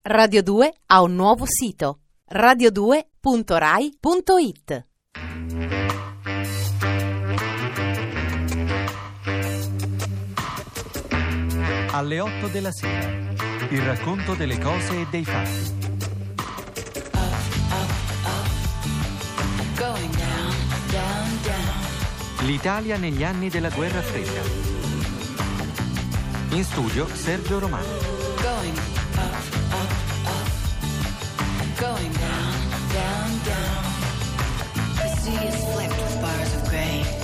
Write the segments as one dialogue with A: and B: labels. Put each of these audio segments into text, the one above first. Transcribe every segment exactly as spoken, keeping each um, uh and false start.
A: Radio due ha un nuovo sito: radio due punto rai punto it.
B: Alle otto della sera, il racconto delle cose e dei fatti. L'Italia negli anni della guerra fredda. In studio Sergio Romano.
C: Going down, down, down. The sea is flecked with bars of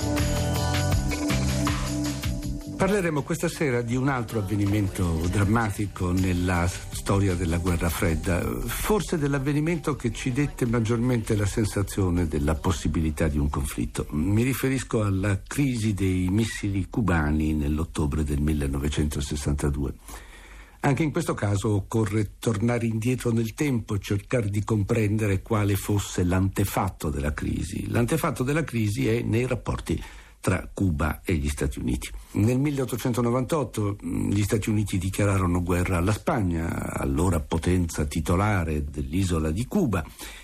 C: gray.
D: Parleremo questa sera di un altro avvenimento drammatico nella storia della guerra fredda, forse dell'avvenimento che ci dette maggiormente la sensazione della possibilità di un conflitto. Mi riferisco alla crisi dei missili cubani nell'ottobre del millenovecentosessantadue. Anche in questo caso occorre tornare indietro nel tempo e cercare di comprendere quale fosse l'antefatto della crisi. L'antefatto della crisi è nei rapporti tra Cuba e gli Stati Uniti. Nel milleottocentonovantotto gli Stati Uniti dichiararono guerra alla Spagna, allora potenza titolare dell'isola di Cuba,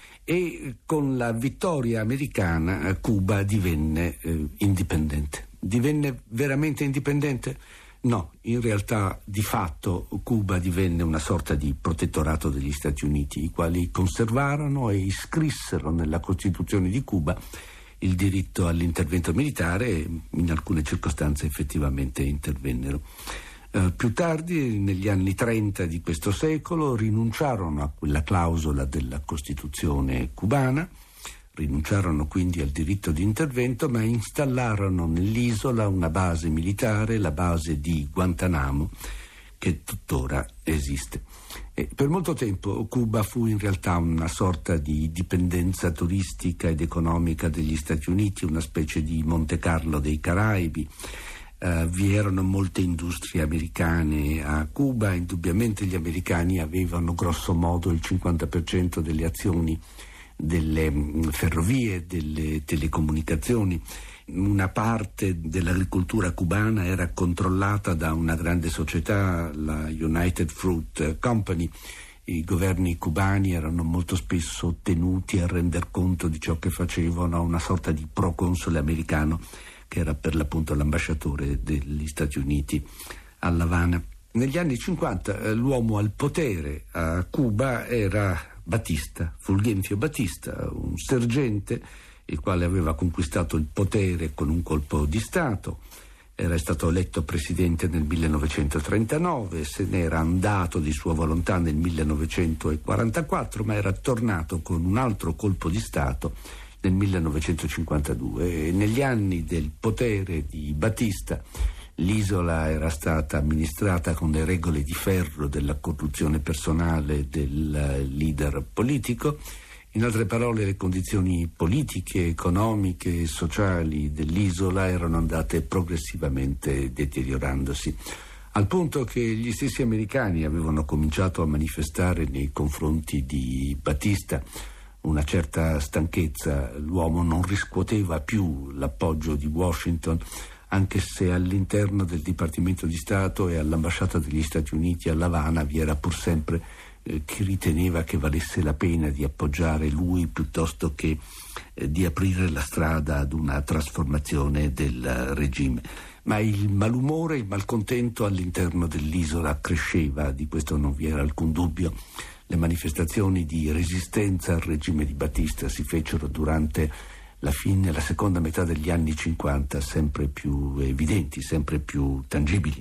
D: e con la vittoria americana Cuba divenne eh, indipendente. Divenne veramente indipendente? No, in realtà di fatto Cuba divenne una sorta di protettorato degli Stati Uniti, i quali conservarono e iscrissero nella Costituzione di Cuba il diritto all'intervento militare e in alcune circostanze effettivamente intervennero. Eh, più tardi, negli anni trenta di questo secolo, rinunciarono a quella clausola della Costituzione cubana, rinunciarono quindi al diritto di intervento, ma installarono nell'isola una base militare, la base di Guantanamo, che tuttora esiste. E per molto tempo Cuba fu in realtà una sorta di dipendenza turistica ed economica degli Stati Uniti, una specie di Monte Carlo dei Caraibi. Uh, vi erano molte industrie americane a Cuba, indubbiamente gli americani avevano grosso modo il cinquanta per cento delle azioni delle ferrovie, delle telecomunicazioni. Una parte dell'agricoltura cubana era controllata da una grande società, la United Fruit Company. I governi cubani erano molto spesso tenuti a render conto di ciò che facevano a una sorta di proconsole americano, che era per l'appunto l'ambasciatore degli Stati Uniti a L'Avana. Negli anni cinquanta l'uomo al potere a Cuba era Batista, Fulgencio Batista, un sergente il quale aveva conquistato il potere con un colpo di Stato. Era stato eletto presidente nel millenovecentotrentanove, se n'era andato di sua volontà nel millenovecentoquarantaquattro, ma era tornato con un altro colpo di Stato nel millenovecentocinquantadue. E negli anni del potere di Batista l'isola era stata amministrata con le regole di ferro della corruzione personale del leader politico. In altre parole, le condizioni politiche, economiche e sociali dell'isola erano andate progressivamente deteriorandosi, al punto che gli stessi americani avevano cominciato a manifestare nei confronti di Batista una certa stanchezza. L'uomo non riscuoteva più l'appoggio di Washington, anche se all'interno del Dipartimento di Stato e all'ambasciata degli Stati Uniti a L'Avana vi era pur sempre eh, chi riteneva che valesse la pena di appoggiare lui piuttosto che eh, di aprire la strada ad una trasformazione del regime. Ma il malumore, il malcontento all'interno dell'isola cresceva, di questo non vi era alcun dubbio. Le manifestazioni di resistenza al regime di Batista si fecero durante la fine, la seconda metà degli anni cinquanta, sempre più evidenti, sempre più tangibili.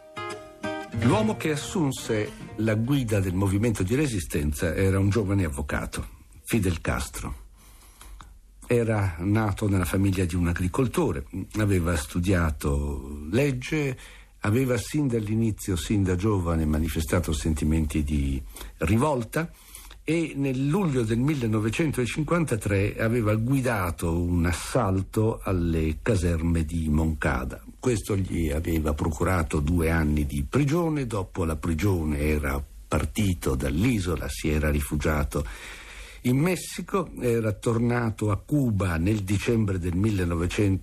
D: L'uomo che assunse la guida del movimento di resistenza era un giovane avvocato, Fidel Castro. Era nato nella famiglia di un agricoltore, aveva studiato legge, aveva sin dall'inizio, sin da giovane, manifestato sentimenti di rivolta, e nel luglio del millenovecentocinquantatré aveva guidato un assalto alle caserme di Moncada. Questo gli aveva procurato due anni di prigione. Dopo la prigione era partito dall'isola, si era rifugiato in Messico, era tornato a Cuba nel dicembre del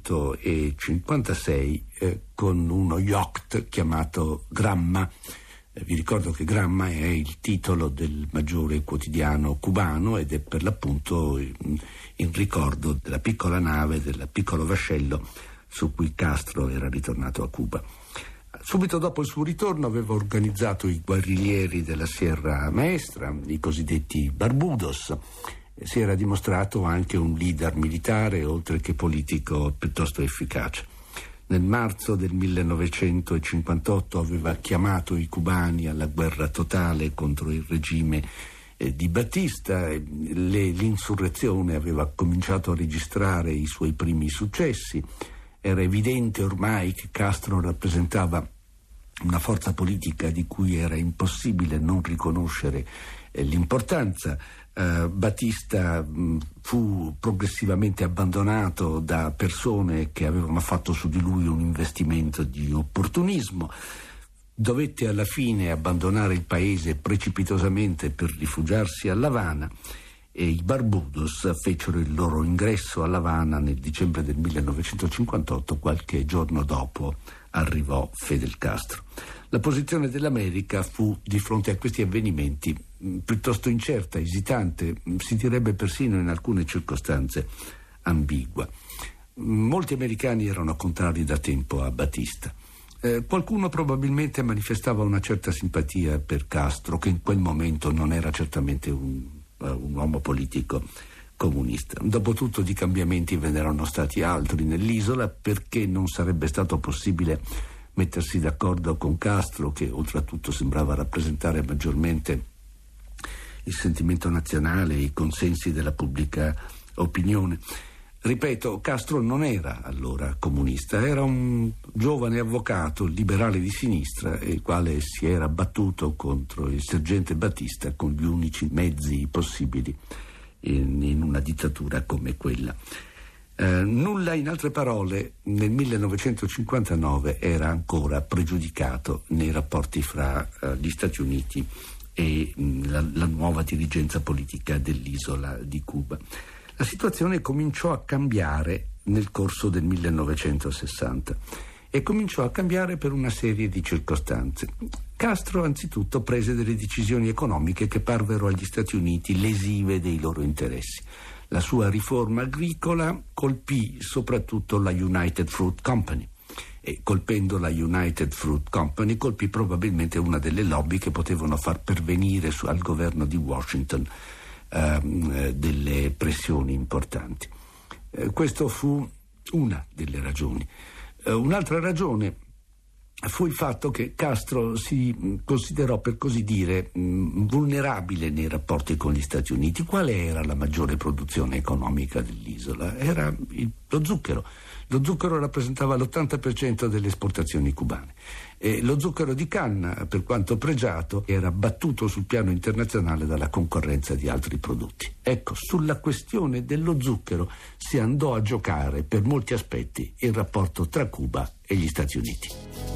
D: millenovecentocinquantasei eh, con uno yacht chiamato Gramma, Eh, vi ricordo che Gramma è il titolo del maggiore quotidiano cubano ed è per l'appunto in, in ricordo della piccola nave, del piccolo vascello su cui Castro era ritornato a Cuba. Subito dopo il suo ritorno aveva organizzato i guerriglieri della Sierra Maestra, i cosiddetti Barbudos. Si era dimostrato anche un leader militare oltre che politico piuttosto efficace. Nel marzo del millenovecentocinquantotto aveva chiamato i cubani alla guerra totale contro il regime eh, di Batista. Le, l'insurrezione aveva cominciato a registrare i suoi primi successi. Era evidente ormai che Castro rappresentava una forza politica di cui era impossibile non riconoscere eh, l'importanza. Uh, Batista mh, fu progressivamente abbandonato da persone che avevano fatto su di lui un investimento di opportunismo. Dovette alla fine abbandonare il paese precipitosamente per rifugiarsi a L'Avana e i Barbudos fecero il loro ingresso a L'Avana nel dicembre del millenovecentocinquantotto. Qualche giorno dopo arrivò Fidel Castro. La posizione dell'America fu di fronte a questi avvenimenti mh, piuttosto incerta, esitante, mh, si direbbe persino in alcune circostanze ambigua. Mh, molti americani erano contrari da tempo a Batista. Eh, qualcuno probabilmente manifestava una certa simpatia per Castro, che in quel momento non era certamente un, uh, un uomo politico comunista. Dopotutto di cambiamenti ve ne erano stati altri nell'isola, perché non sarebbe stato possibile mettersi d'accordo con Castro, che oltretutto sembrava rappresentare maggiormente il sentimento nazionale, i consensi della pubblica opinione. Ripeto, Castro non era allora comunista, era un giovane avvocato liberale di sinistra, il quale si era battuto contro il sergente Batista con gli unici mezzi possibili in, in una dittatura come quella. Eh, nulla, in altre parole, nel millenovecentocinquantanove era ancora pregiudicato nei rapporti fra eh, gli Stati Uniti e mh, la, la nuova dirigenza politica dell'isola di Cuba. La situazione cominciò a cambiare nel corso del millenovecentosessanta e cominciò a cambiare per una serie di circostanze. Castro anzitutto prese delle decisioni economiche che parvero agli Stati Uniti lesive dei loro interessi. La sua riforma agricola colpì soprattutto la United Fruit Company e, colpendo la United Fruit Company, colpì probabilmente una delle lobby che potevano far pervenire su, al governo di Washington ehm, delle pressioni importanti. Eh, questo fu una delle ragioni. Eh, un'altra ragione fu il fatto che Castro si considerò, per così dire, mh, vulnerabile nei rapporti con gli Stati Uniti. Quale era la maggiore produzione economica dell'isola? Era il, lo zucchero. Lo zucchero rappresentava l'ottanta per cento delle esportazioni cubane. E lo zucchero di canna, per quanto pregiato, era battuto sul piano internazionale dalla concorrenza di altri prodotti. Ecco, sulla questione dello zucchero si andò a giocare per molti aspetti il rapporto tra Cuba e gli Stati Uniti.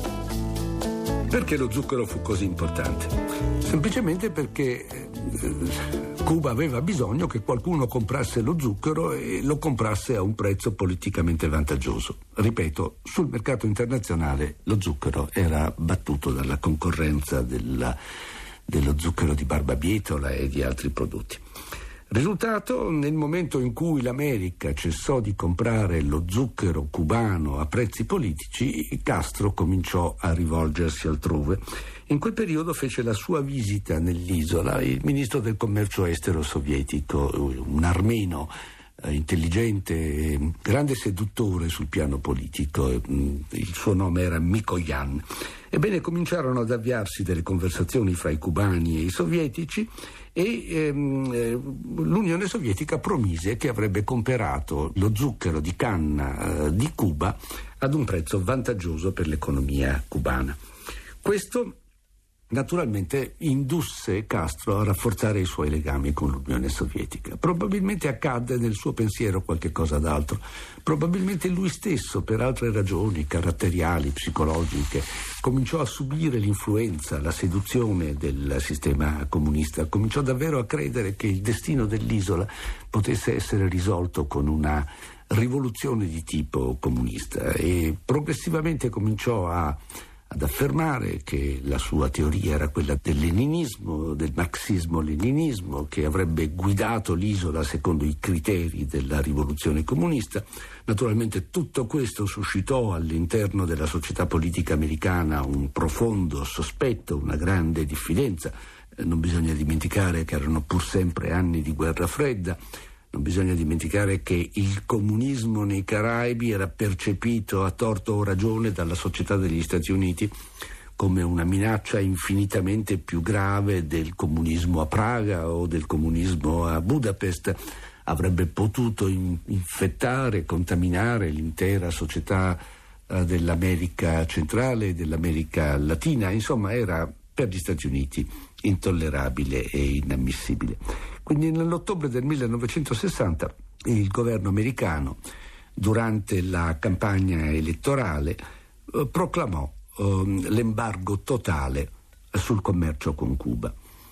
D: Perché lo zucchero fu così importante? Semplicemente perché eh, Cuba aveva bisogno che qualcuno comprasse lo zucchero e lo comprasse a un prezzo politicamente vantaggioso. Ripeto, sul mercato internazionale lo zucchero era battuto dalla concorrenza della, dello zucchero di barbabietola e di altri prodotti. Risultato, nel momento in cui l'America cessò di comprare lo zucchero cubano a prezzi politici, Castro cominciò a rivolgersi altrove. In quel periodo fece la sua visita nell'isola il ministro del commercio estero sovietico, un armeno eh, intelligente, grande seduttore sul piano politico. Il suo nome era Mikoyan. Ebbene, cominciarono ad avviarsi delle conversazioni fra i cubani e i sovietici e ehm, l'Unione Sovietica promise che avrebbe comperato lo zucchero di canna eh, di Cuba ad un prezzo vantaggioso per l'economia cubana. Questo naturalmente indusse Castro a rafforzare i suoi legami con l'Unione Sovietica. Probabilmente accadde nel suo pensiero qualche cosa d'altro. Probabilmente lui stesso, per altre ragioni caratteriali, psicologiche, cominciò a subire l'influenza, la seduzione del sistema comunista. Cominciò davvero a credere che il destino dell'isola potesse essere risolto con una rivoluzione di tipo comunista e progressivamente cominciò a ad affermare che la sua teoria era quella del leninismo, del marxismo-leninismo, che avrebbe guidato l'isola secondo i criteri della rivoluzione comunista. Naturalmente tutto questo suscitò all'interno della società politica americana un profondo sospetto, una grande diffidenza. Non bisogna dimenticare che erano pur sempre anni di guerra fredda. Non bisogna dimenticare che il comunismo nei Caraibi era percepito a torto o ragione dalla società degli Stati Uniti come una minaccia infinitamente più grave del comunismo a Praga o del comunismo a Budapest. Avrebbe potuto in- infettare, contaminare l'intera società eh, dell'America centrale e dell'America latina. Insomma, era per gli Stati Uniti intollerabile e inammissibile. Quindi nell'ottobre del millenovecentosessanta il governo americano, durante la campagna elettorale, eh, proclamò eh, l'embargo totale sul commercio con Cuba.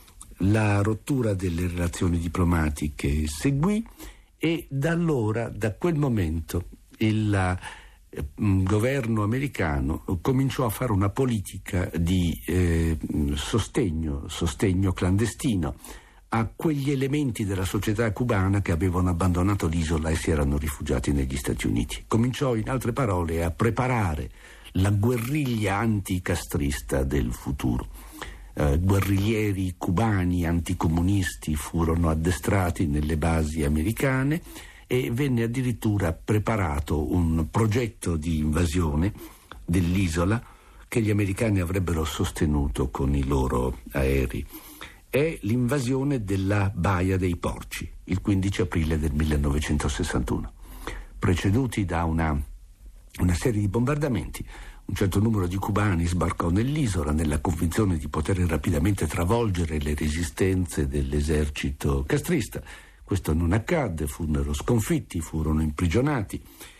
D: La rottura delle relazioni diplomatiche seguì e da allora, da quel momento, il eh, governo americano cominciò a fare una politica di eh, sostegno, sostegno clandestino a quegli elementi della società cubana che avevano abbandonato l'isola e si erano rifugiati negli Stati Uniti. Cominciò, in altre parole, a preparare la guerriglia anticastrista del futuro. Eh, guerriglieri cubani anticomunisti furono addestrati nelle basi americane e venne addirittura preparato un progetto di invasione dell'isola che gli americani avrebbero sostenuto con i loro aerei. È l'invasione della Baia dei Porci, il quindici aprile del millenovecentosessantuno, preceduti da una, una serie di bombardamenti. Un certo numero di cubani sbarcò nell'isola nella convinzione di poter rapidamente travolgere le resistenze dell'esercito castrista. Questo non accadde, furono sconfitti, furono imprigionati.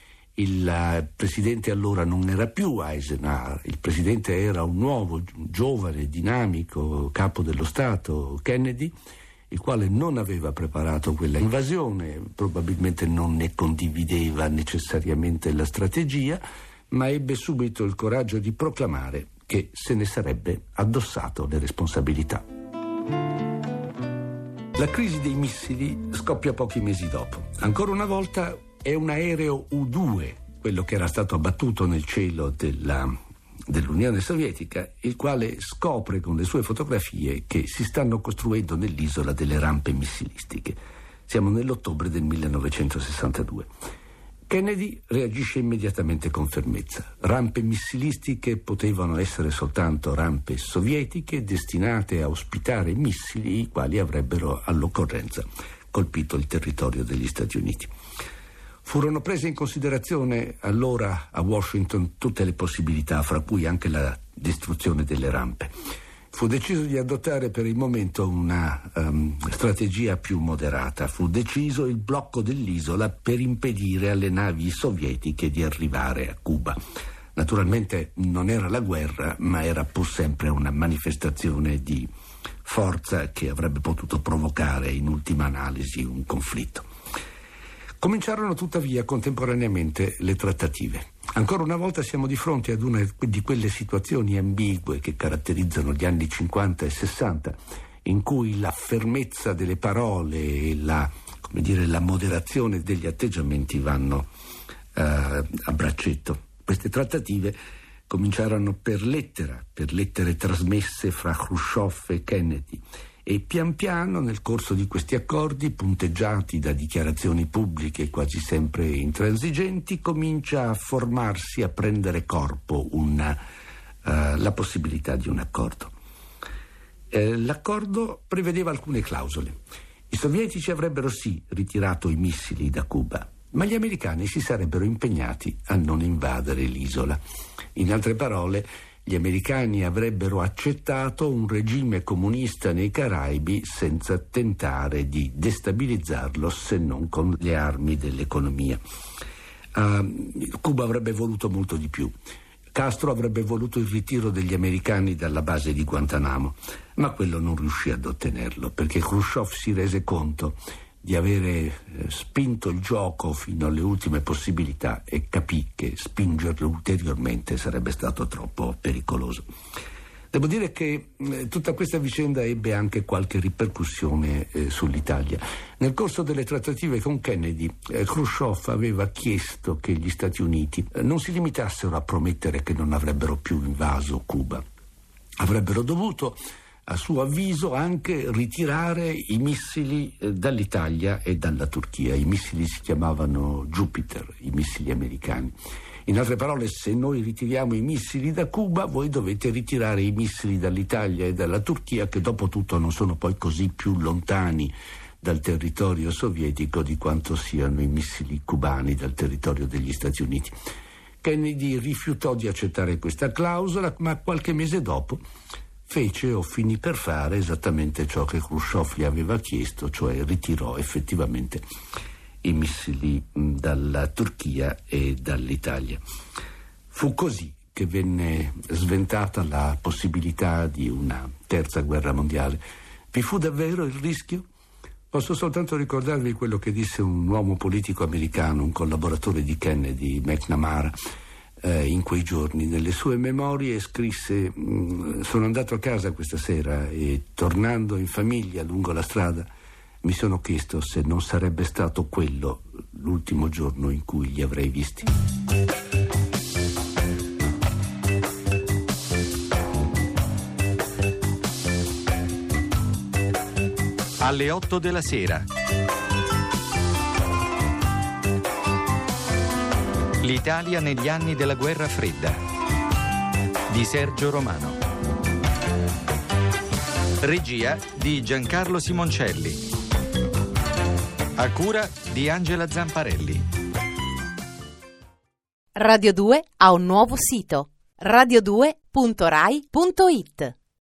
D: Il presidente allora non era più Eisenhower, il presidente era un nuovo, un giovane, dinamico capo dello Stato, Kennedy, il quale non aveva preparato quella invasione, probabilmente non ne condivideva necessariamente la strategia, ma ebbe subito il coraggio di proclamare che se ne sarebbe addossato le responsabilità. La crisi dei missili scoppia pochi mesi dopo. Ancora una volta è un aereo U due, quello che era stato abbattuto nel cielo della, dell'Unione Sovietica, il quale scopre con le sue fotografie che si stanno costruendo nell'isola delle rampe missilistiche. Siamo nell'ottobre del millenovecentosessantadue. Kennedy reagisce immediatamente con fermezza. Rampe missilistiche potevano essere soltanto rampe sovietiche destinate a ospitare missili i quali avrebbero all'occorrenza colpito il territorio degli Stati Uniti. Furono prese in considerazione allora a Washington tutte le possibilità, fra cui anche la distruzione delle rampe. Fu deciso di adottare per il momento una um, strategia più moderata. Fu deciso il blocco dell'isola per impedire alle navi sovietiche di arrivare a Cuba. Naturalmente non era la guerra, ma era pur sempre una manifestazione di forza che avrebbe potuto provocare in ultima analisi un conflitto. Cominciarono tuttavia contemporaneamente le trattative. Ancora una volta siamo di fronte ad una di quelle situazioni ambigue che caratterizzano gli anni cinquanta e sessanta, in cui la fermezza delle parole e la, come dire, la moderazione degli atteggiamenti vanno eh, a braccetto. Queste trattative cominciarono per lettera, per lettere trasmesse fra Khrushchev e Kennedy, e pian piano nel corso di questi accordi, punteggiati da dichiarazioni pubbliche quasi sempre intransigenti, comincia a formarsi, a prendere corpo una, uh, la possibilità di un accordo. Eh, l'accordo prevedeva alcune clausole. I sovietici avrebbero sì ritirato i missili da Cuba, ma gli americani si sarebbero impegnati a non invadere l'isola. In altre parole, gli americani avrebbero accettato un regime comunista nei Caraibi senza tentare di destabilizzarlo se non con le armi dell'economia. Uh, Cuba avrebbe voluto molto di più. Castro avrebbe voluto il ritiro degli americani dalla base di Guantanamo, ma quello non riuscì ad ottenerlo perché Khrushchev si rese conto di avere eh, spinto il gioco fino alle ultime possibilità e capì che spingerlo ulteriormente sarebbe stato troppo pericoloso. Devo dire che eh, tutta questa vicenda ebbe anche qualche ripercussione eh, sull'Italia. Nel corso delle trattative con Kennedy, eh, Khrushchev aveva chiesto che gli Stati Uniti eh, non si limitassero a promettere che non avrebbero più invaso Cuba. Avrebbero dovuto, a suo avviso, anche ritirare i missili eh, dall'Italia e dalla Turchia. I missili si chiamavano Jupiter, i missili americani. In altre parole, se noi ritiriamo i missili da Cuba, voi dovete ritirare i missili dall'Italia e dalla Turchia, che dopo tutto non sono poi così più lontani dal territorio sovietico di quanto siano i missili cubani dal territorio degli Stati Uniti. Kennedy rifiutò di accettare questa clausola, ma qualche mese dopo fece o finì per fare esattamente ciò che Khrushchev gli aveva chiesto, cioè ritirò effettivamente i missili dalla Turchia e dall'Italia. Fu così che venne sventata la possibilità di una terza guerra mondiale. Vi fu davvero il rischio? Posso soltanto ricordarvi quello che disse un uomo politico americano, un collaboratore di Kennedy, McNamara, eh, in quei giorni. Nelle sue memorie scrisse: sono andato a casa questa sera e tornando in famiglia lungo la strada mi sono chiesto se non sarebbe stato quello l'ultimo giorno in cui li avrei visti.
B: Alle otto della sera. L'Italia negli anni della guerra fredda di Sergio Romano. Regia di Giancarlo Simoncelli. A cura di Angela Zamparelli.
A: Radio due ha un nuovo sito: radio due punto rai punto it.